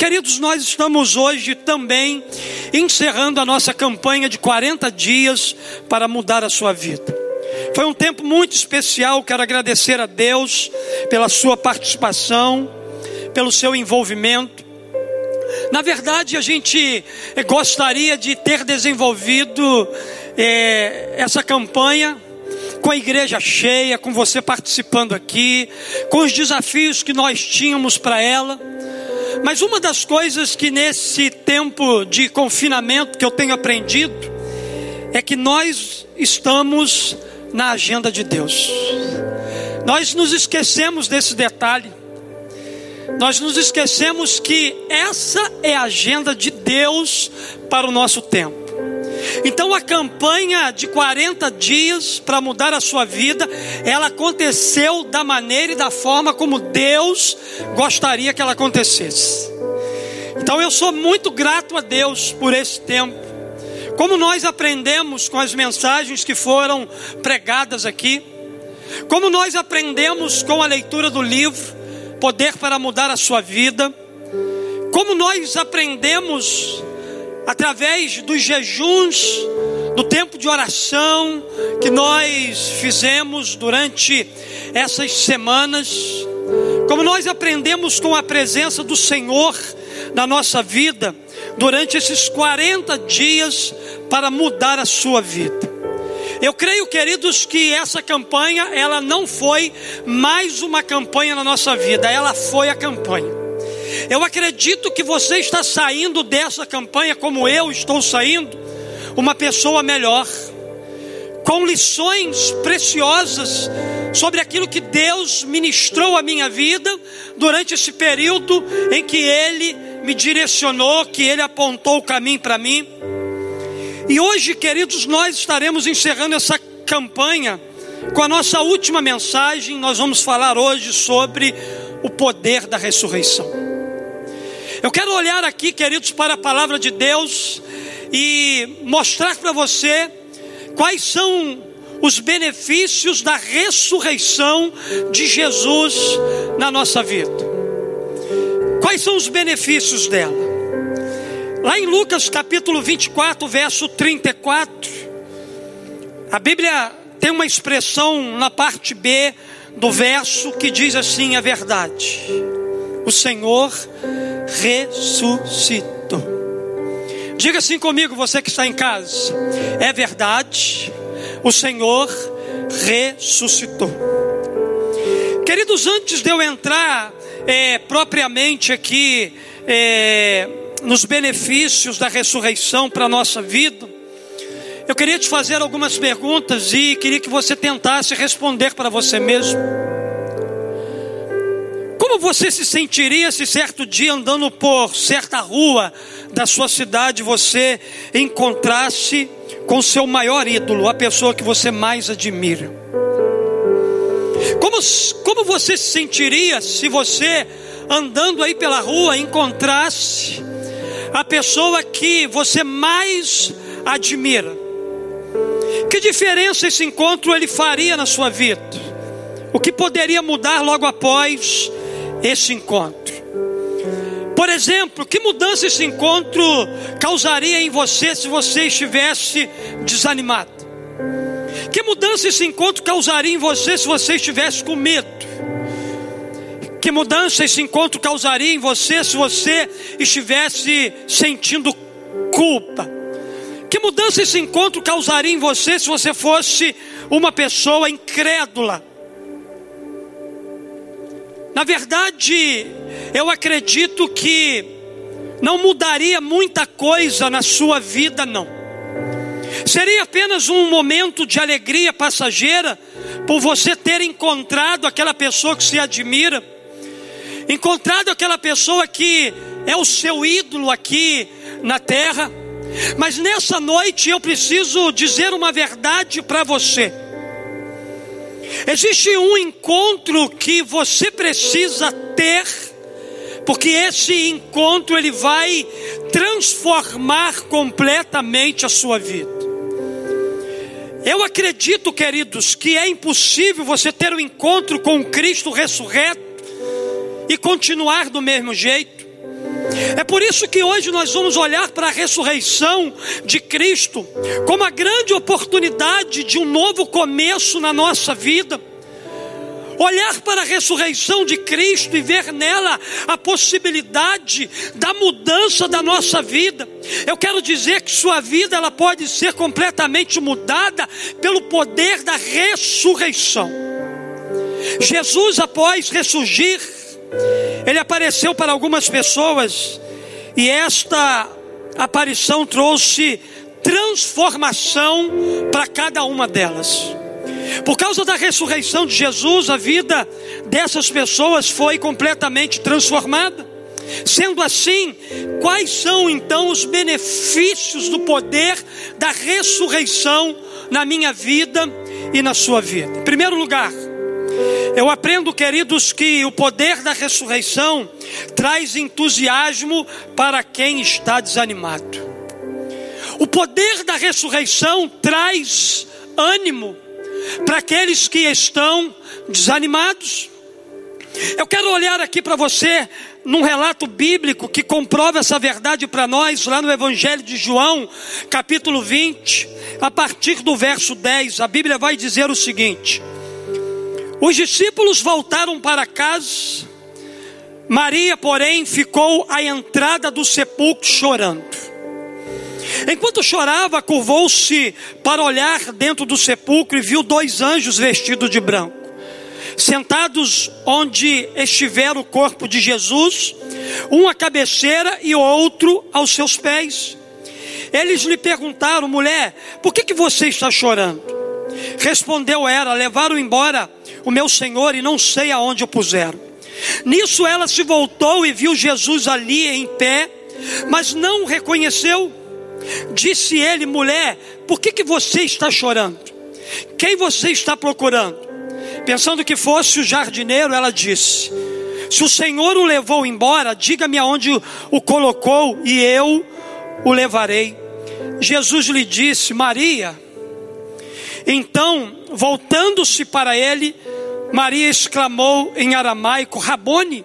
Queridos, nós estamos hoje também encerrando a nossa campanha de 40 dias para mudar a sua vida. Foi um tempo muito especial, quero agradecer a Deus pela sua participação, pelo seu envolvimento. Na verdade, a gente gostaria de ter desenvolvido essa campanha com a igreja cheia, com você participando aqui, com os desafios que nós tínhamos para ela. Mas uma das coisas que nesse tempo de confinamento que eu tenho aprendido é que nós estamos na agenda de Deus. Nós nos esquecemos desse detalhe. Nós nos esquecemos que essa é a agenda de Deus para o nosso tempo. Então a campanha de 40 dias para mudar a sua vida, ela aconteceu da maneira e da forma como Deus gostaria que ela acontecesse. Então eu sou muito grato a Deus por esse tempo. Como nós aprendemos com as mensagens que foram pregadas aqui, como nós aprendemos com a leitura do livro Poder para Mudar a Sua Vida, como nós aprendemos através dos jejuns, do tempo de oração que nós fizemos durante essas semanas, como nós aprendemos com a presença do Senhor na nossa vida durante esses 40 dias para mudar a sua vida. Eu creio, queridos, que essa campanha, ela não foi mais uma campanha na nossa vida, ela foi a campanha. Eu acredito que você está saindo dessa campanha, como eu estou saindo, uma pessoa melhor, com lições preciosas sobre aquilo que Deus ministrou à minha vida durante esse período em que Ele me direcionou, que Ele apontou o caminho para mim. E hoje, queridos, nós estaremos encerrando essa campanha com a nossa última mensagem. Nós vamos falar hoje sobre o poder da ressurreição. Eu quero olhar aqui, queridos, para a palavra de Deus e mostrar para você quais são os benefícios da ressurreição de Jesus na nossa vida. Quais são os benefícios dela? Lá em Lucas capítulo 24, verso 34, a Bíblia tem uma expressão na parte B do verso que diz assim: é verdade, o Senhor ressuscitou. Diga assim comigo, você que está em casa: é verdade, o Senhor ressuscitou. Queridos, antes de eu entrar propriamente aqui nos benefícios da ressurreição para a nossa vida, eu queria te fazer algumas perguntas e queria que você tentasse responder para você mesmo. Como você se sentiria se certo dia, andando por certa rua da sua cidade, você encontrasse com seu maior ídolo, a pessoa que você mais admira? Como você se sentiria se você, andando aí pela rua, encontrasse a pessoa que você mais admira? Que diferença esse encontro ele faria na sua vida? O que poderia mudar logo após esse encontro? Por exemplo, que mudança esse encontro causaria em você se você estivesse desanimado? Que mudança esse encontro causaria em você se você estivesse com medo? Que mudança esse encontro causaria em você se você estivesse sentindo culpa? Que mudança esse encontro causaria em você se você fosse uma pessoa incrédula? Na verdade, eu acredito que não mudaria muita coisa na sua vida, não. Seria apenas um momento de alegria passageira por você ter encontrado aquela pessoa que se admira, encontrado aquela pessoa que é o seu ídolo aqui na terra. Mas nessa noite eu preciso dizer uma verdade para você. Existe um encontro que você precisa ter, porque esse encontro ele vai transformar completamente a sua vida. Eu acredito, queridos, que é impossível você ter um encontro com Cristo ressurreto e continuar do mesmo jeito. É por isso que hoje nós vamos olhar para a ressurreição de Cristo como a grande oportunidade de um novo começo na nossa vida. Olhar para a ressurreição de Cristo e ver nela a possibilidade da mudança da nossa vida. Eu quero dizer que sua vida ela pode ser completamente mudada pelo poder da ressurreição. Jesus, após ressurgir, ele apareceu para algumas pessoas e esta aparição trouxe transformação para cada uma delas. Por causa da ressurreição de Jesus, a vida dessas pessoas foi completamente transformada. Sendo assim, quais são então os benefícios do poder da ressurreição na minha vida e na sua vida? Em primeiro lugar, eu aprendo, queridos, que o poder da ressurreição traz entusiasmo para quem está desanimado. O poder da ressurreição traz ânimo para aqueles que estão desanimados. Eu quero olhar aqui para você num relato bíblico que comprova essa verdade para nós, lá no Evangelho de João, capítulo 20, a partir do verso 10, a Bíblia vai dizer o seguinte: os discípulos voltaram para casa, Maria, porém, ficou à entrada do sepulcro chorando. Enquanto chorava, curvou-se para olhar dentro do sepulcro e viu 2 anjos vestidos de branco, sentados onde estivera o corpo de Jesus, um à cabeceira e outro aos seus pés. Eles lhe perguntaram: mulher, por que você está chorando? Respondeu ela: levaram embora o meu Senhor e não sei aonde o puseram. Nisso ela se voltou e viu Jesus ali em pé, mas não o reconheceu. Disse ele: mulher, por que você está chorando? Quem você está procurando? Pensando que fosse o jardineiro, ela disse: se o Senhor o levou embora, diga-me aonde o colocou e eu o levarei. Jesus lhe disse: Maria. Então, voltando-se para ele, Maria exclamou em aramaico: Rabone,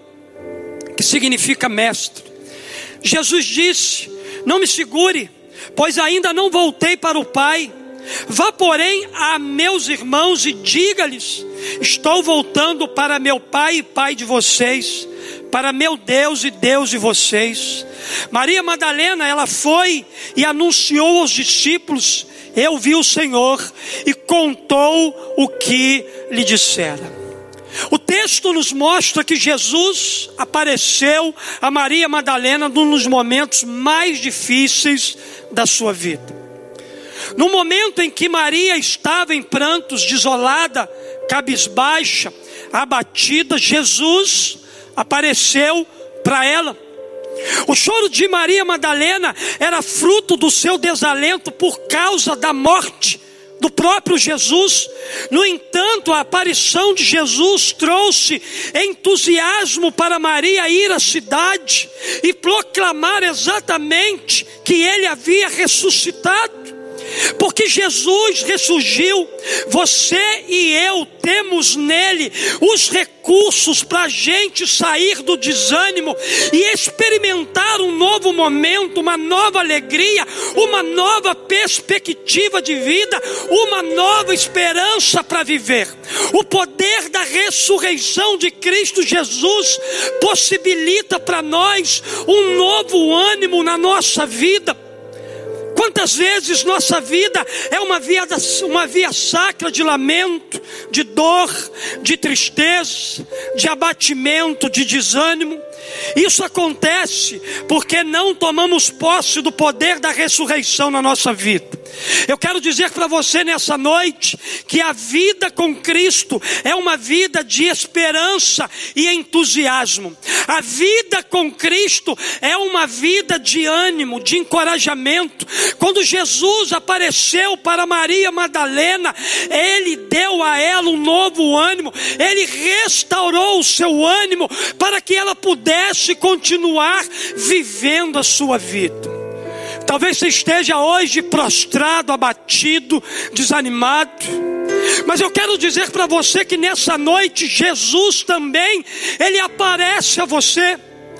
que significa mestre. Jesus disse: não me segure, pois ainda não voltei para o Pai. Vá, porém, a meus irmãos e diga-lhes: estou voltando para meu Pai e Pai de vocês, para meu Deus e Deus de vocês. Maria Madalena, ela foi e anunciou aos discípulos: eu vi o Senhor, e contou o que lhe dissera. O texto nos mostra que Jesus apareceu a Maria Madalena num dos momentos mais difíceis da sua vida. No momento em que Maria estava em prantos, desolada, cabisbaixa, abatida, Jesus apareceu para ela. O choro de Maria Madalena era fruto do seu desalento por causa da morte do próprio Jesus. No entanto, a aparição de Jesus trouxe entusiasmo para Maria ir à cidade e proclamar exatamente que ele havia ressuscitado. Porque Jesus ressurgiu, você e eu temos nele os recursos para a gente sair do desânimo e experimentar um novo momento, uma nova alegria, uma nova perspectiva de vida, uma nova esperança para viver. O poder da ressurreição de Cristo Jesus possibilita para nós um novo ânimo na nossa vida. Quantas vezes nossa vida é uma via sacra de lamento, de dor, de tristeza, de abatimento, de desânimo. Isso acontece porque não tomamos posse do poder da ressurreição na nossa vida. Eu quero dizer para você nessa noite que a vida com Cristo é uma vida de esperança e entusiasmo. A vida com Cristo é uma vida de ânimo, de encorajamento. Quando Jesus apareceu para Maria Madalena, ele deu a ela um novo ânimo, ele restaurou o seu ânimo para que ela pudesse continuar vivendo a sua vida. Talvez você esteja hoje prostrado, abatido, desanimado, mas eu quero dizer para você que nessa noite Jesus também, ele aparece a você.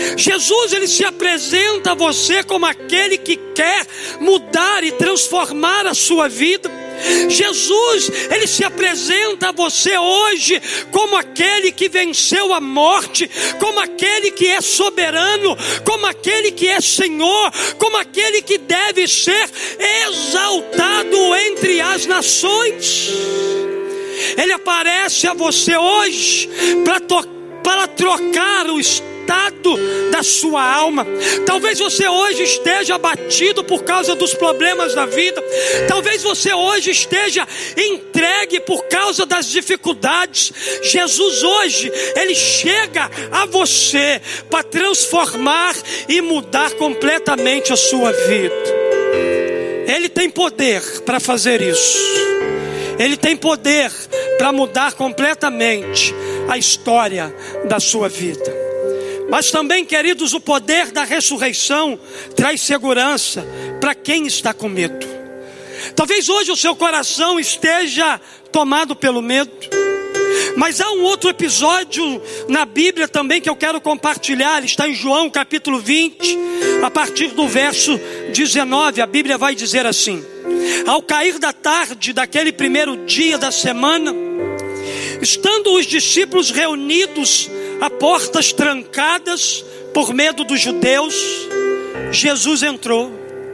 Jesus, ele se apresenta a você como aquele que quer mudar e transformar a sua vida. Jesus, ele se apresenta a você hoje como aquele que venceu a morte, como aquele que é soberano, como aquele que é Senhor, como aquele que deve ser exaltado entre as nações. Ele aparece a você hoje para trocar o estado da sua alma. Talvez você hoje esteja abatido por causa dos problemas da vida. Talvez você hoje esteja entregue por causa das dificuldades. Jesus hoje, ele chega a você para transformar e mudar completamente a sua vida. Ele tem poder para fazer isso. Ele tem poder para mudar completamente a história da sua vida. Mas também, queridos, o poder da ressurreição traz segurança para quem está com medo. Talvez hoje o seu coração esteja tomado pelo medo. Mas há um outro episódio na Bíblia também que eu quero compartilhar. Ele está em João capítulo 20, a partir do verso 19. A Bíblia vai dizer assim: ao cair da tarde daquele primeiro dia da semana, estando os discípulos reunidos a portas trancadas por medo dos judeus, Jesus entrou,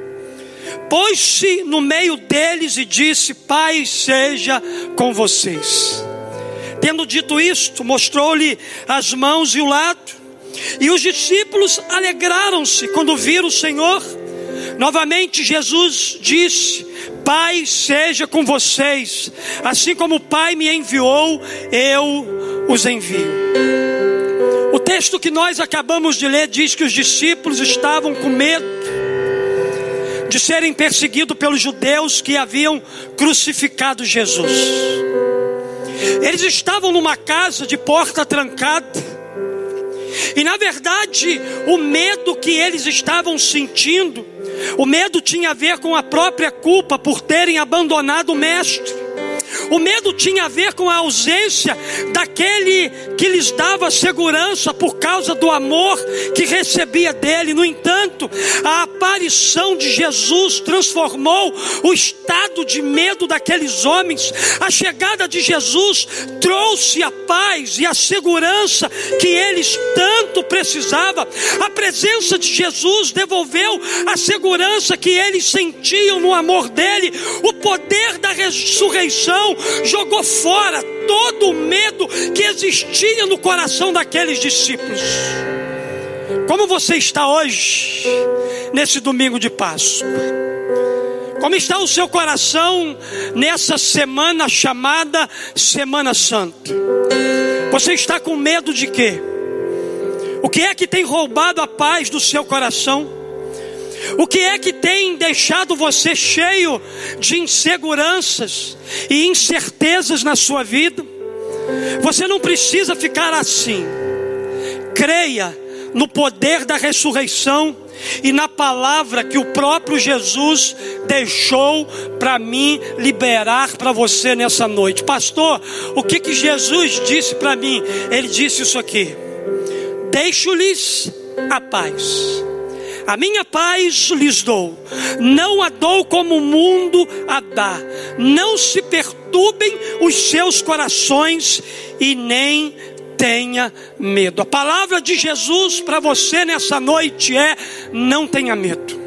pôs-se no meio deles e disse: paz seja com vocês. Tendo dito isto, mostrou-lhe as mãos e o lado, e os discípulos alegraram-se quando viram o Senhor. Novamente Jesus disse: paz seja com vocês, assim como o Pai me enviou, eu os envio. O texto que nós acabamos de ler diz que os discípulos estavam com medo de serem perseguidos pelos judeus que haviam crucificado Jesus. Eles estavam numa casa de porta trancada, e na verdade o medo que eles estavam sentindo, o medo tinha a ver com a própria culpa por terem abandonado o mestre. O medo tinha a ver com a ausência daquele que lhes dava segurança por causa do amor que recebia dele. No entanto, a aparição de Jesus transformou o estado de medo daqueles homens. A chegada de Jesus trouxe a paz e a segurança que eles tanto precisavam. A presença de Jesus devolveu a segurança que eles sentiam no amor dele. O poder da ressurreição jogou fora todo o medo que existia no coração daqueles discípulos. Como você está hoje, nesse domingo de Páscoa? Como está o seu coração nessa semana chamada Semana Santa? Você está com medo de quê? O que é que tem roubado a paz do seu coração? O que é que tem deixado você cheio de inseguranças e incertezas na sua vida? Você não precisa ficar assim. Creia no poder da ressurreição e na palavra que o próprio Jesus deixou para mim liberar para você nessa noite. Pastor, o que Jesus disse para mim? Ele disse isso aqui: deixo-lhes a paz. A minha paz lhes dou, não a dou como o mundo a dá. Não se perturbem os seus corações e nem tenha medo. A palavra de Jesus para você nessa noite é: não tenha medo,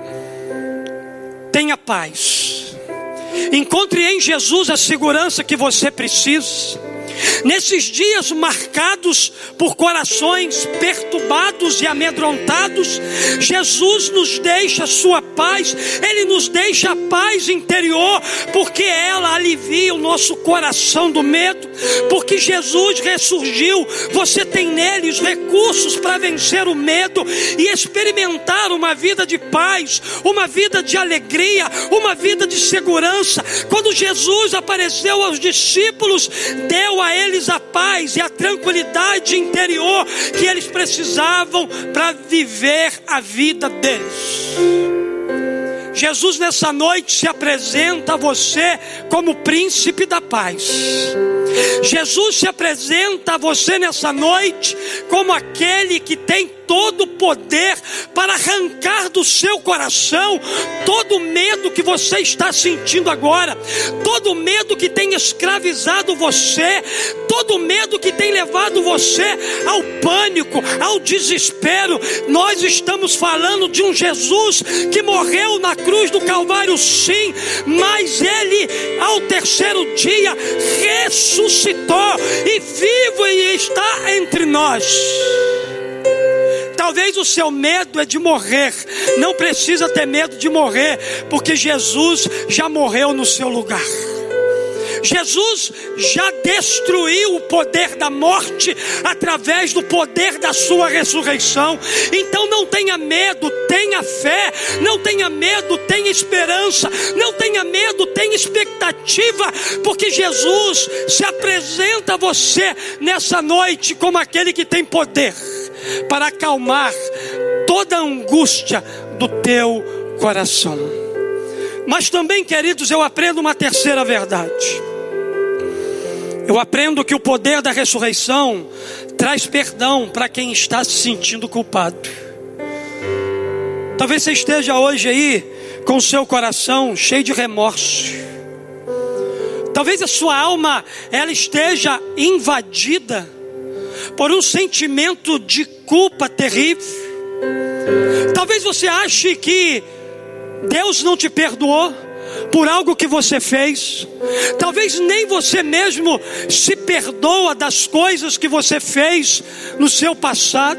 tenha paz. Encontre em Jesus a segurança que você precisa. Nesses dias marcados por corações perturbados e amedrontados, Jesus nos deixa a sua paz. Ele nos deixa a paz interior, porque ela alivia o nosso coração do medo. Porque Jesus ressurgiu, você tem nele os recursos para vencer o medo e experimentar uma vida de paz, uma vida de alegria, uma vida de segurança. Quando Jesus apareceu aos discípulos, deu a eles a paz e a tranquilidade interior que eles precisavam para viver a vida deles. Jesus nessa noite se apresenta a você como príncipe da paz. Jesus se apresenta a você nessa noite como aquele que tem todo o poder para arrancar do seu coração todo o medo que você está sentindo agora, todo o medo que tem escravizado você, todo o medo que tem levado você ao pânico, ao desespero. Nós estamos falando de um Jesus que morreu na cruz do Calvário, sim, mas ele ao terceiro dia ressuscitou e vivo e está entre nós. Talvez o seu medo é de morrer. Não precisa ter medo de morrer, porque Jesus já morreu no seu lugar. Jesus já destruiu o poder da morte através do poder da sua ressurreição. Então não tenha medo, tenha fé. Não tenha medo, tenha esperança. Não tenha medo, tenha expectativa, porque Jesus se apresenta a você nessa noite como aquele que tem poder para acalmar toda a angústia do teu coração. Mas também, queridos, eu aprendo uma terceira verdade. Eu aprendo que o poder da ressurreição traz perdão para quem está se sentindo culpado. Talvez você esteja hoje aí com o seu coração cheio de remorso. Talvez a sua alma ela esteja invadida por um sentimento de culpa terrível. Talvez você ache que Deus não te perdoou por algo que você fez. Talvez nem você mesmo se perdoa das coisas que você fez no seu passado.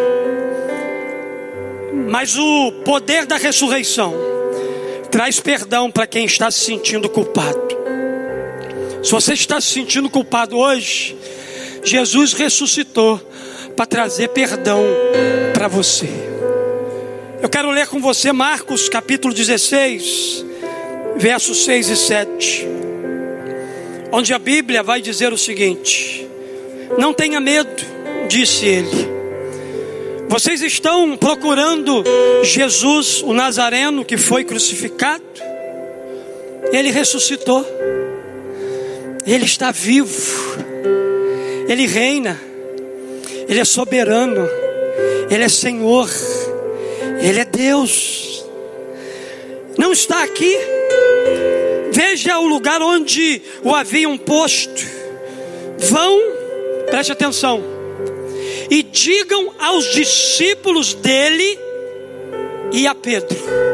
Mas o poder da ressurreição traz perdão para quem está se sentindo culpado. Se você está se sentindo culpado hoje, Jesus ressuscitou para trazer perdão para você. Eu quero ler com você Marcos capítulo 16, versos 6 e 7, onde a Bíblia vai dizer o seguinte: não tenha medo, disse ele. Vocês estão procurando Jesus, o Nazareno, que foi crucificado. Ele ressuscitou. Ele está vivo. Ele reina. Ele é soberano. Ele é Senhor. Ele é Deus. Não está aqui. Veja o lugar onde o haviam posto. Vão, preste atenção, e digam aos discípulos dele e a Pedro.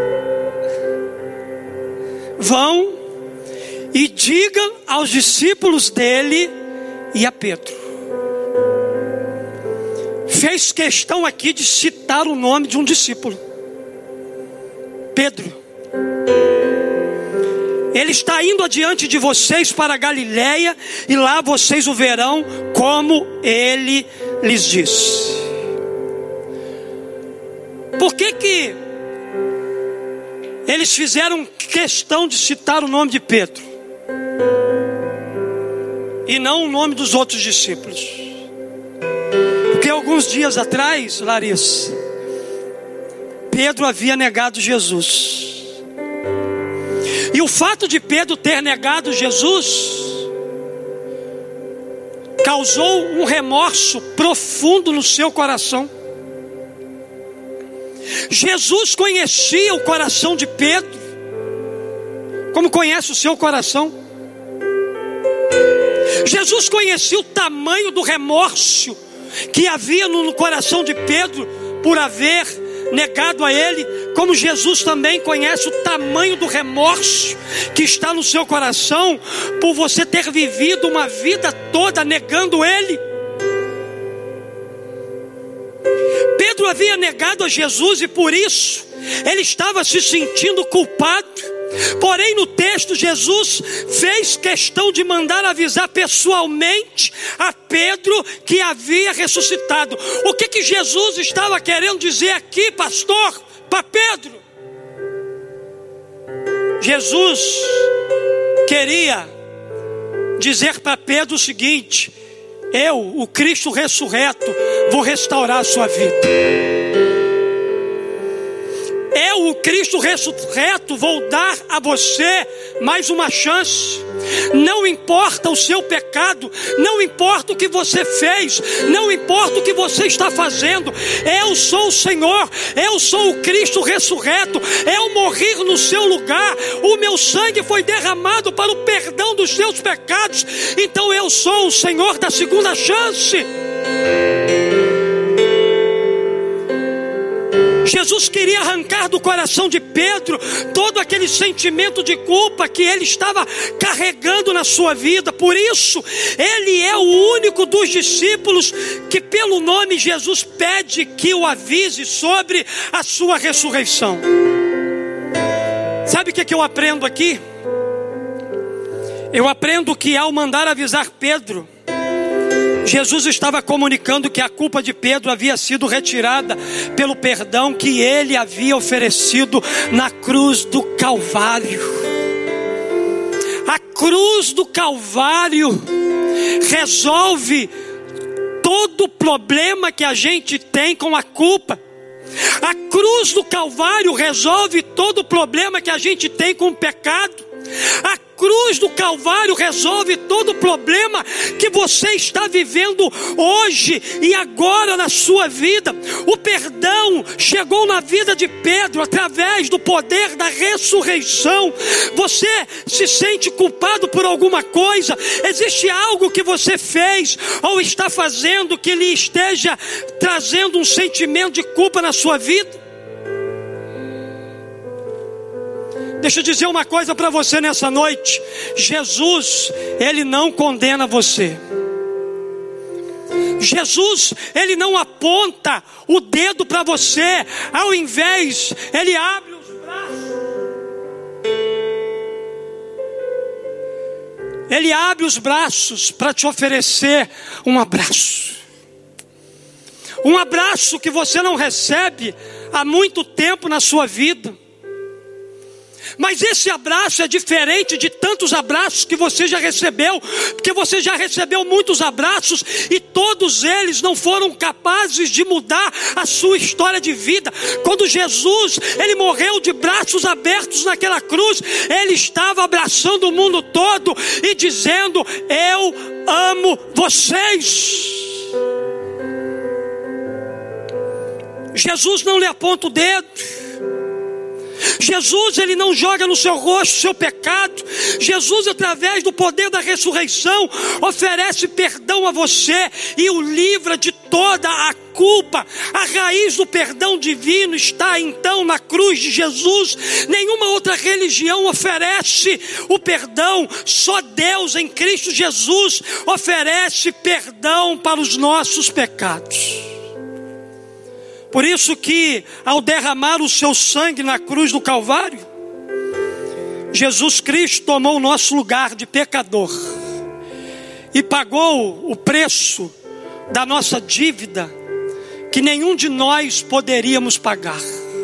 Vão e digam aos discípulos dele e a Pedro. Fez questão aqui de citar o nome de um discípulo, Pedro. Ele está indo adiante de vocês para a Galileia, e lá vocês o verão como ele lhes disse. Por que eles fizeram questão de citar o nome de Pedro e não o nome dos outros discípulos? Porque alguns dias atrás, Larissa, Pedro havia negado Jesus. E o fato de Pedro ter negado Jesus causou um remorso profundo no seu coração. Jesus conhecia o coração de Pedro, como conhece o seu coração. Jesus conhecia o tamanho do remorso que havia no coração de Pedro por haver negado a ele, como Jesus também conhece o tamanho do remorso que está no seu coração por você ter vivido uma vida toda negando ele. Pedro havia negado a Jesus e por isso ele estava se sentindo culpado. Porém, no texto, Jesus fez questão de mandar avisar pessoalmente a Pedro que havia ressuscitado. O que Jesus estava querendo dizer aqui, pastor, para Pedro? Jesus queria dizer para Pedro o seguinte: eu, o Cristo ressurreto, vou restaurar a sua vida. Eu, o Cristo ressurreto, vou dar a você mais uma chance. Não importa o seu pecado, não importa o que você fez, não importa o que você está fazendo. Eu sou o Senhor, eu sou o Cristo ressurreto. Eu morri no seu lugar, o meu sangue foi derramado para o perdão dos seus pecados. Então eu sou o Senhor da segunda chance. Jesus queria arrancar do coração de Pedro todo aquele sentimento de culpa que ele estava carregando na sua vida. Por isso, ele é o único dos discípulos que, pelo nome Jesus, pede que o avise sobre a sua ressurreição. Sabe o que eu aprendo aqui? Eu aprendo que ao mandar avisar Pedro, Jesus estava comunicando que a culpa de Pedro havia sido retirada pelo perdão que ele havia oferecido na cruz do Calvário. A cruz do Calvário resolve todo o problema que a gente tem com a culpa. A cruz do Calvário resolve todo o problema que a gente tem com o pecado. A cruz do Calvário resolve todo o problema que você está vivendo hoje e agora na sua vida. O perdão chegou na vida de Pedro através do poder da ressurreição. Você se sente culpado por alguma coisa? Existe algo que você fez ou está fazendo que lhe esteja trazendo um sentimento de culpa na sua vida? Deixa eu dizer uma coisa para você nessa noite. Jesus, ele não condena você. Jesus, ele não aponta o dedo para você. Ao invés, ele abre os braços. Ele abre os braços para te oferecer um abraço. Um abraço que você não recebe há muito tempo na sua vida. Mas esse abraço é diferente de tantos abraços que você já recebeu, porque você já recebeu muitos abraços e todos eles não foram capazes de mudar a sua história de vida. Quando Jesus, ele morreu de braços abertos naquela cruz, ele estava abraçando o mundo todo e dizendo: eu amo vocês. Jesus não lhe aponta o dedo. Jesus, ele não joga no seu rosto o seu pecado. Jesus, através do poder da ressurreição, oferece perdão a você e o livra de toda a culpa. A raiz do perdão divino está então na cruz de Jesus. Nenhuma outra religião oferece o perdão. Só Deus em Cristo Jesus oferece perdão para os nossos pecados. Por isso que ao derramar o seu sangue na cruz do Calvário, Jesus Cristo tomou o nosso lugar de pecador e pagou o preço da nossa dívida que nenhum de nós poderíamos pagar.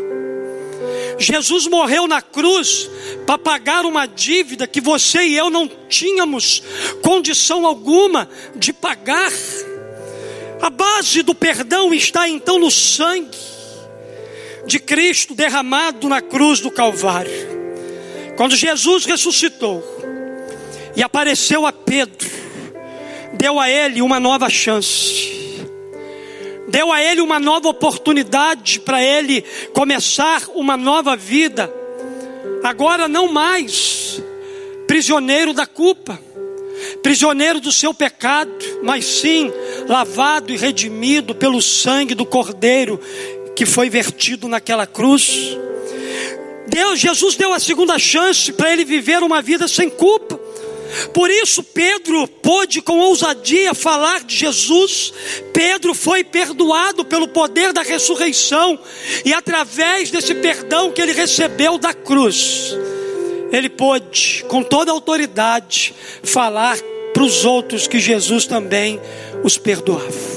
Jesus morreu na cruz para pagar uma dívida que você e eu não tínhamos condição alguma de pagar. A base do perdão está então no sangue de Cristo derramado na cruz do Calvário. Quando Jesus ressuscitou e apareceu a Pedro, deu a ele uma nova chance, deu a ele uma nova oportunidade para ele começar uma nova vida. Agora não mais prisioneiro da culpa, prisioneiro do seu pecado, mas sim lavado e redimido pelo sangue do Cordeiro que foi vertido naquela cruz. Jesus deu a segunda chance para ele viver uma vida sem culpa. Por isso Pedro pôde com ousadia falar de Jesus. Pedro foi perdoado pelo poder da ressurreição, e através desse perdão que ele recebeu da cruz, ele pôde com toda a autoridade falar para os outros que Jesus também os perdoava.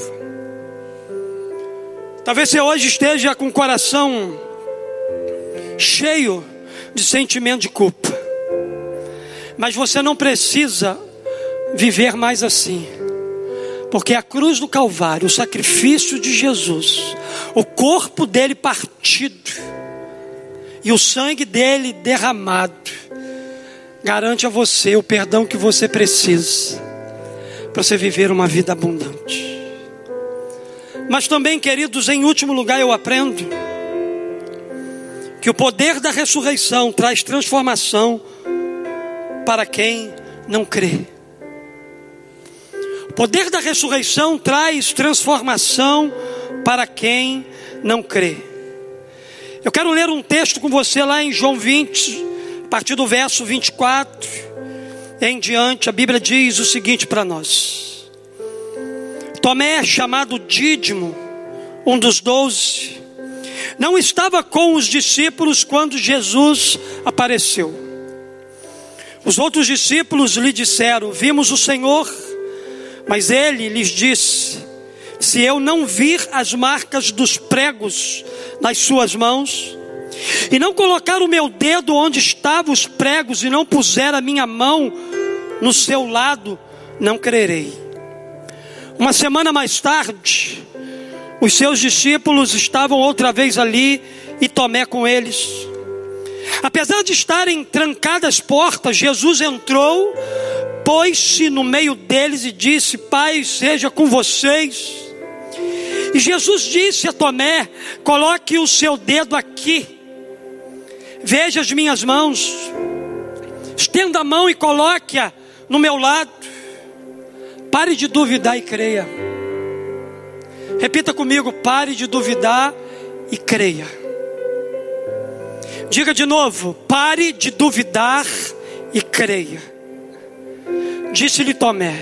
Talvez você hoje esteja com o coração cheio de sentimento de culpa, mas você não precisa viver mais assim, porque a cruz do Calvário, o sacrifício de Jesus, o corpo dele partido e o sangue dele derramado, garante a você o perdão que você precisa para você viver uma vida abundante. Mas também, queridos, em último lugar eu aprendo que o poder da ressurreição traz transformação para quem não crê. O poder da ressurreição traz transformação para quem não crê. Eu quero ler um texto com você lá em João 20, a partir do verso 24 em diante. A Bíblia diz o seguinte para nós: Tomé, chamado Dídimo, um dos 12, não estava com os discípulos quando Jesus apareceu. Os outros discípulos lhe disseram: vimos o Senhor. Mas ele lhes disse: se eu não vir as marcas dos pregos nas suas mãos, e não colocar o meu dedo onde estavam os pregos, e não puser a minha mão no seu lado, não crerei. Uma semana mais tarde, os seus discípulos estavam outra vez ali, e Tomé com eles. Apesar de estarem trancadas as portas, Jesus entrou, pôs-se no meio deles e disse: paz seja com vocês. E Jesus disse a Tomé: coloque o seu dedo aqui, veja as minhas mãos, estenda a mão e coloque-a no meu lado. Pare de duvidar e creia. Repita comigo: pare de duvidar e creia. Diga de novo: pare de duvidar e creia. Disse-lhe Tomé: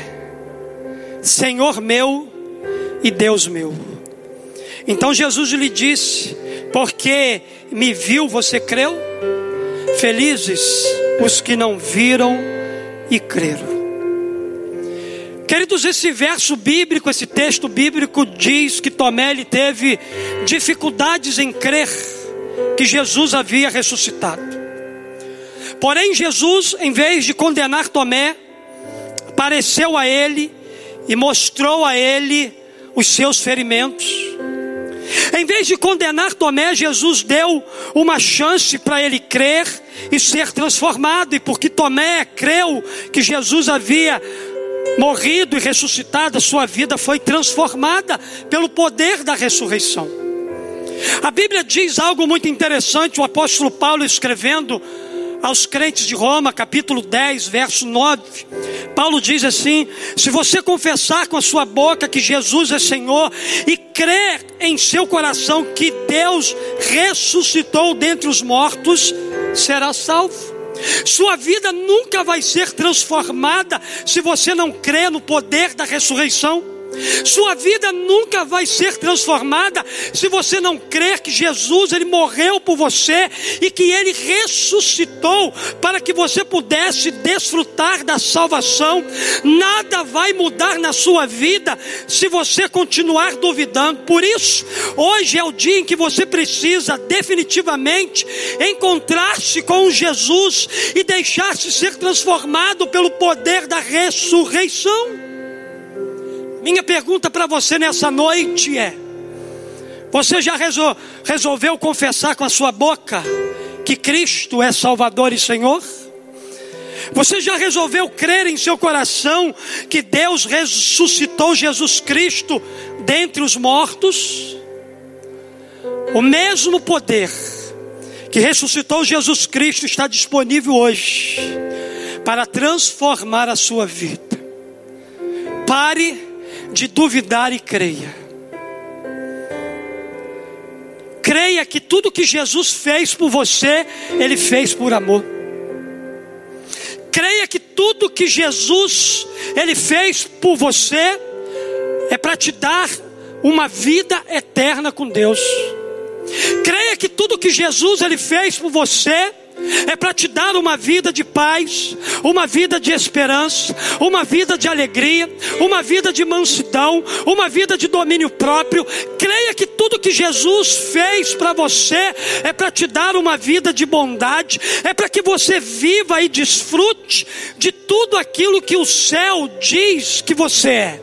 Senhor meu e Deus meu. Então Jesus lhe disse: porque me viu, você creu? Felizes os que não viram e creram. Queridos, esse verso bíblico, esse texto bíblico diz que Tomé ele teve dificuldades em crer que Jesus havia ressuscitado. Porém Jesus, em vez de condenar Tomé, apareceu a ele e mostrou a ele os seus ferimentos. Em vez de condenar Tomé, Jesus deu uma chance para ele crer e ser transformado. E porque Tomé creu que Jesus havia morrido e ressuscitado, a sua vida foi transformada pelo poder da ressurreição. A Bíblia diz algo muito interessante. O apóstolo Paulo, escrevendo aos crentes de Roma, capítulo 10, verso 9, Paulo diz assim: se você confessar com a sua boca que Jesus é Senhor e crer em seu coração que Deus ressuscitou dentre os mortos, será salvo. Sua vida nunca vai ser transformada se você não crer no poder da ressurreição. Sua vida nunca vai ser transformada se você não crer que Jesus ele morreu por você e que ele ressuscitou para que você pudesse desfrutar da salvação. Nada vai mudar na sua vida se você continuar duvidando. Por isso, hoje é o dia em que você precisa definitivamente encontrar-se com Jesus e deixar-se ser transformado pelo poder da ressurreição. Minha pergunta para você nessa noite é: você já resolveu confessar com a sua boca que Cristo é Salvador e Senhor? Você já resolveu crer em seu coração que Deus ressuscitou Jesus Cristo dentre os mortos? O mesmo poder que ressuscitou Jesus Cristo está disponível hoje para transformar a sua vida. Pare de duvidar e creia. Creia que tudo que Jesus fez por você, Ele fez por amor. Creia que tudo que Jesus Ele fez por você é para te dar uma vida eterna com Deus. Creia que tudo que Jesus Ele fez por você é para te dar uma vida de paz, uma vida de esperança, uma vida de alegria, uma vida de mansidão, uma vida de domínio próprio. Creia que tudo que Jesus fez para você é para te dar uma vida de bondade, é para que você viva e desfrute de tudo aquilo que o céu diz que você é.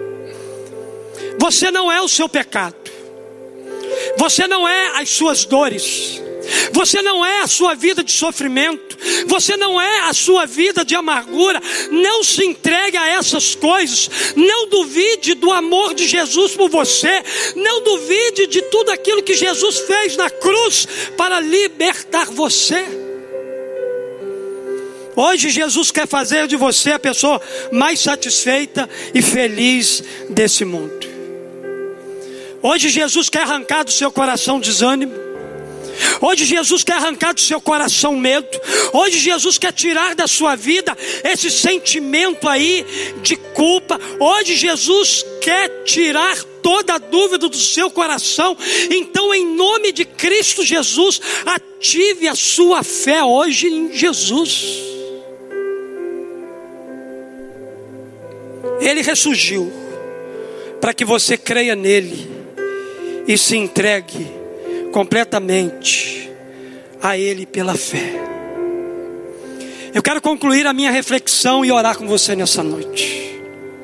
Você não é o seu pecado, você não é as suas dores, você não é a sua vida de sofrimento, Você não é a sua vida de amargura. Não se entregue a essas coisas. Não duvide do amor de Jesus por você. Não duvide de tudo aquilo que Jesus fez na cruz para libertar você. Hoje Jesus quer fazer de você a pessoa mais satisfeita e feliz desse mundo. Hoje Jesus quer arrancar do seu coração desânimo. Hoje Jesus quer arrancar do seu coração medo. Hoje Jesus quer tirar da sua vida esse sentimento aí de culpa. Hoje Jesus quer tirar toda a dúvida do seu coração. Então, em nome de Cristo Jesus, ative a sua fé hoje em Jesus. Ele ressurgiu para que você creia nele e se entregue completamente a ele pela fé. Eu quero concluir a minha reflexão e orar com você nessa noite.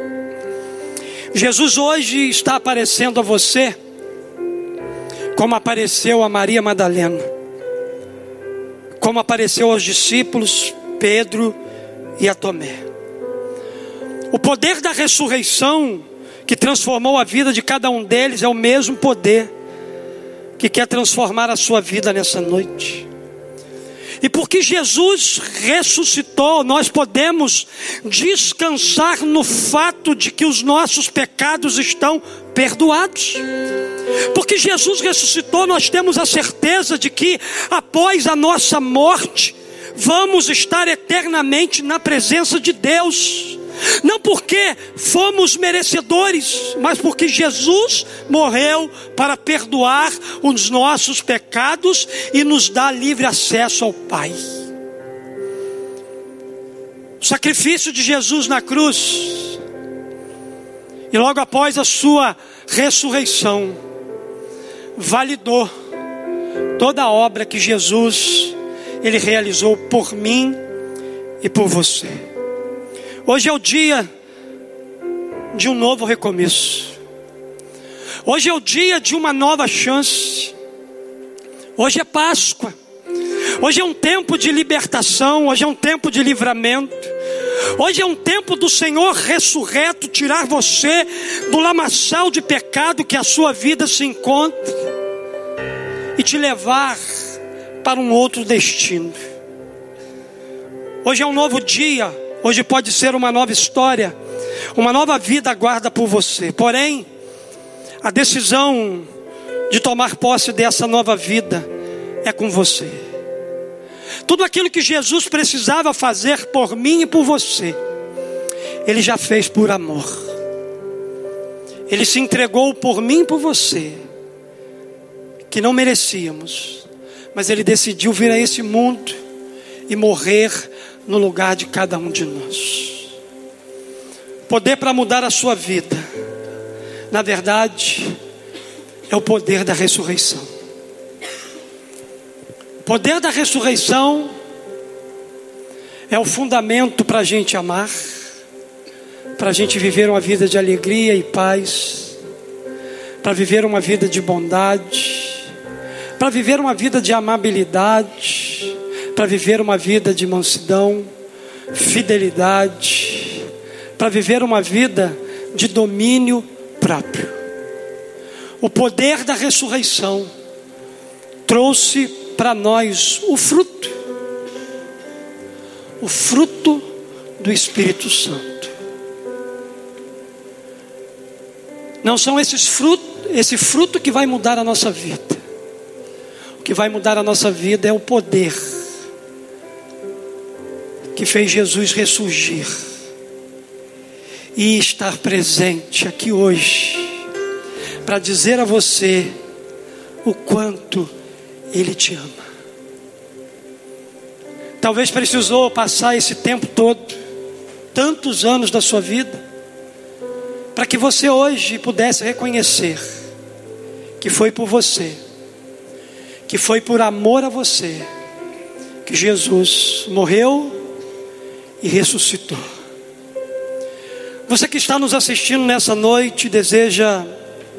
Jesus hoje está aparecendo a você como apareceu a Maria Madalena, como apareceu aos discípulos Pedro e a Tomé. O poder da ressurreição que transformou a vida de cada um deles é o mesmo poder que quer transformar a sua vida nessa noite. E porque Jesus ressuscitou, nós podemos descansar no fato de que os nossos pecados estão perdoados. Porque Jesus ressuscitou, nós temos a certeza de que após a nossa morte, vamos estar eternamente na presença de Deus. Não porque fomos merecedores, mas porque Jesus morreu para perdoar os nossos pecados e nos dar livre acesso ao Pai. O sacrifício de Jesus na cruz e logo após a sua ressurreição validou toda a obra que Jesus ele realizou por mim e por você. Hoje é o dia de um novo recomeço. Hoje é o dia de uma nova chance. Hoje é Páscoa. Hoje é um tempo de libertação. Hoje é um tempo de livramento. Hoje é um tempo do Senhor ressurreto tirar você do lamaçal de pecado que a sua vida se encontra e te levar para um outro destino. Hoje é um novo dia. Hoje pode ser uma nova história, uma nova vida aguarda por você. Porém, a decisão de tomar posse dessa nova vida é com você. Tudo aquilo que Jesus precisava fazer por mim e por você, Ele já fez por amor. Ele se entregou por mim e por você, que não merecíamos, mas Ele decidiu vir a esse mundo e morrer no lugar de cada um de nós. Poder para mudar a sua vida, na verdade, é o poder da ressurreição. O poder da ressurreição é o fundamento para a gente amar, para a gente viver uma vida de alegria e paz, para viver uma vida de bondade, para viver uma vida de amabilidade, para viver uma vida de mansidão, fidelidade, para viver uma vida de domínio próprio. O poder da ressurreição trouxe para nós o fruto do Espírito Santo. Não são esse fruto que vai mudar a nossa vida. O que vai mudar a nossa vida é o poder que fez Jesus ressurgir e estar presente aqui hoje para dizer a você o quanto Ele te ama. Talvez precisou passar esse tempo todo, tantos anos da sua vida, para que você hoje pudesse reconhecer que foi por você, que foi por amor a você, que Jesus morreu e ressuscitou. Você que está nos assistindo nessa noite deseja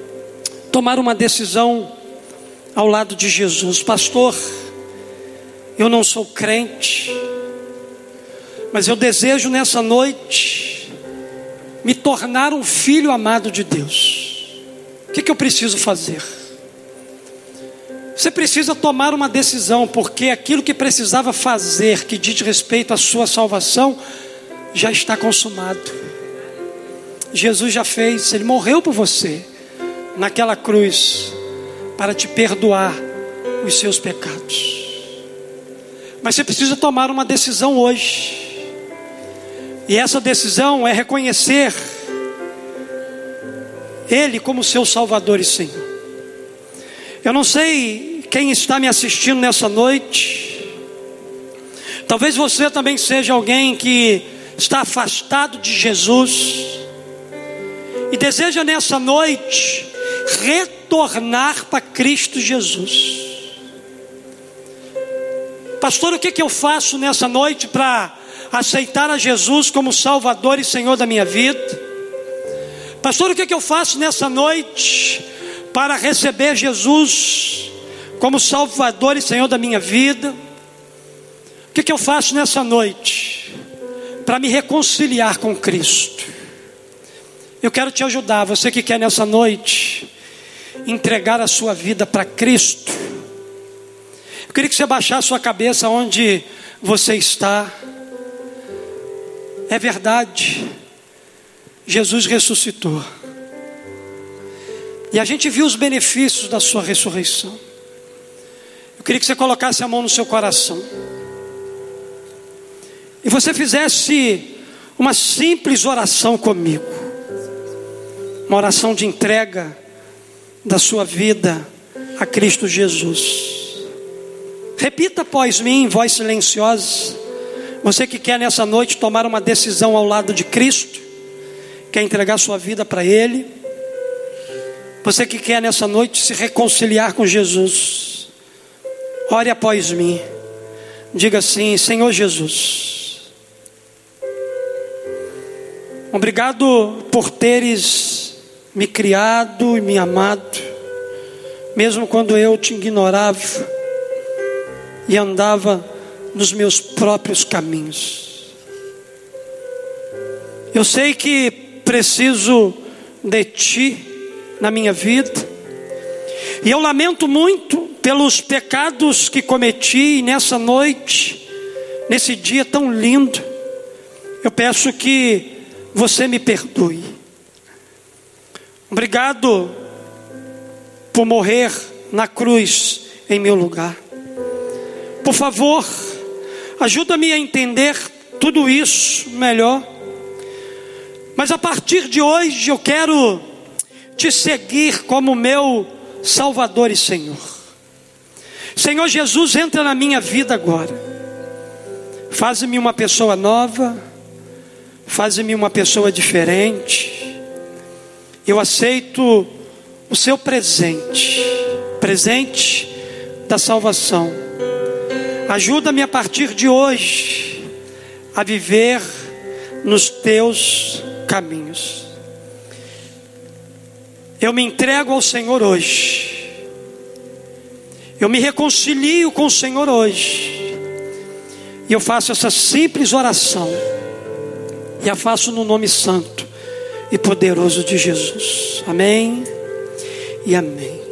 tomar uma decisão ao lado de Jesus. Pastor, eu não sou crente, mas eu desejo nessa noite me tornar um filho amado de Deus. O que eu preciso fazer? Você precisa tomar uma decisão, porque aquilo que precisava fazer, que diz respeito à sua salvação, já está consumado. Jesus já fez, Ele morreu por você naquela cruz para te perdoar os seus pecados. Mas você precisa tomar uma decisão hoje, e essa decisão é reconhecer Ele como seu Salvador e Senhor. Eu não sei quem está me assistindo nessa noite. Talvez você também seja alguém que está afastado de Jesus e deseja nessa noite retornar para Cristo Jesus. Pastor, o que eu faço nessa noite para aceitar a Jesus como Salvador e Senhor da minha vida? Pastor, o que eu faço nessa noite para receber Jesus como Salvador e Senhor da minha vida? O que eu faço nessa noite para me reconciliar com Cristo? Eu quero te ajudar, você que quer nessa noite entregar a sua vida para Cristo. Eu queria que você baixasse sua cabeça onde você está. É verdade, Jesus ressuscitou, e a gente viu os benefícios da sua ressurreição. Eu queria que você colocasse a mão no seu coração e você fizesse uma simples oração comigo, uma oração de entrega da sua vida a Cristo Jesus. Repita após mim em voz silenciosa. Você que quer nessa noite tomar uma decisão ao lado de Cristo, quer entregar sua vida para Ele. Você que quer nessa noite se reconciliar com Jesus, ore após mim. Diga assim: Senhor Jesus, obrigado por teres me criado e me amado, mesmo quando eu te ignorava e andava nos meus próprios caminhos. Eu sei que preciso de Ti na minha vida, e eu lamento muito pelos pecados que cometi. E nessa noite, nesse dia tão lindo, eu peço que você me perdoe. Obrigado por morrer na cruz em meu lugar. Por favor, ajuda-me a entender tudo isso melhor. Mas a partir de hoje eu quero te seguir como meu Salvador e Senhor. Senhor Jesus, entra na minha vida agora. Faz-me uma pessoa nova, faz-me uma pessoa diferente. Eu aceito o seu presente da salvação. Ajuda-me a partir de hoje a viver nos teus caminhos. Eu me entrego ao Senhor hoje. Eu me reconcilio com o Senhor hoje. E eu faço essa simples oração, e a faço no nome santo e poderoso de Jesus. Amém e amém.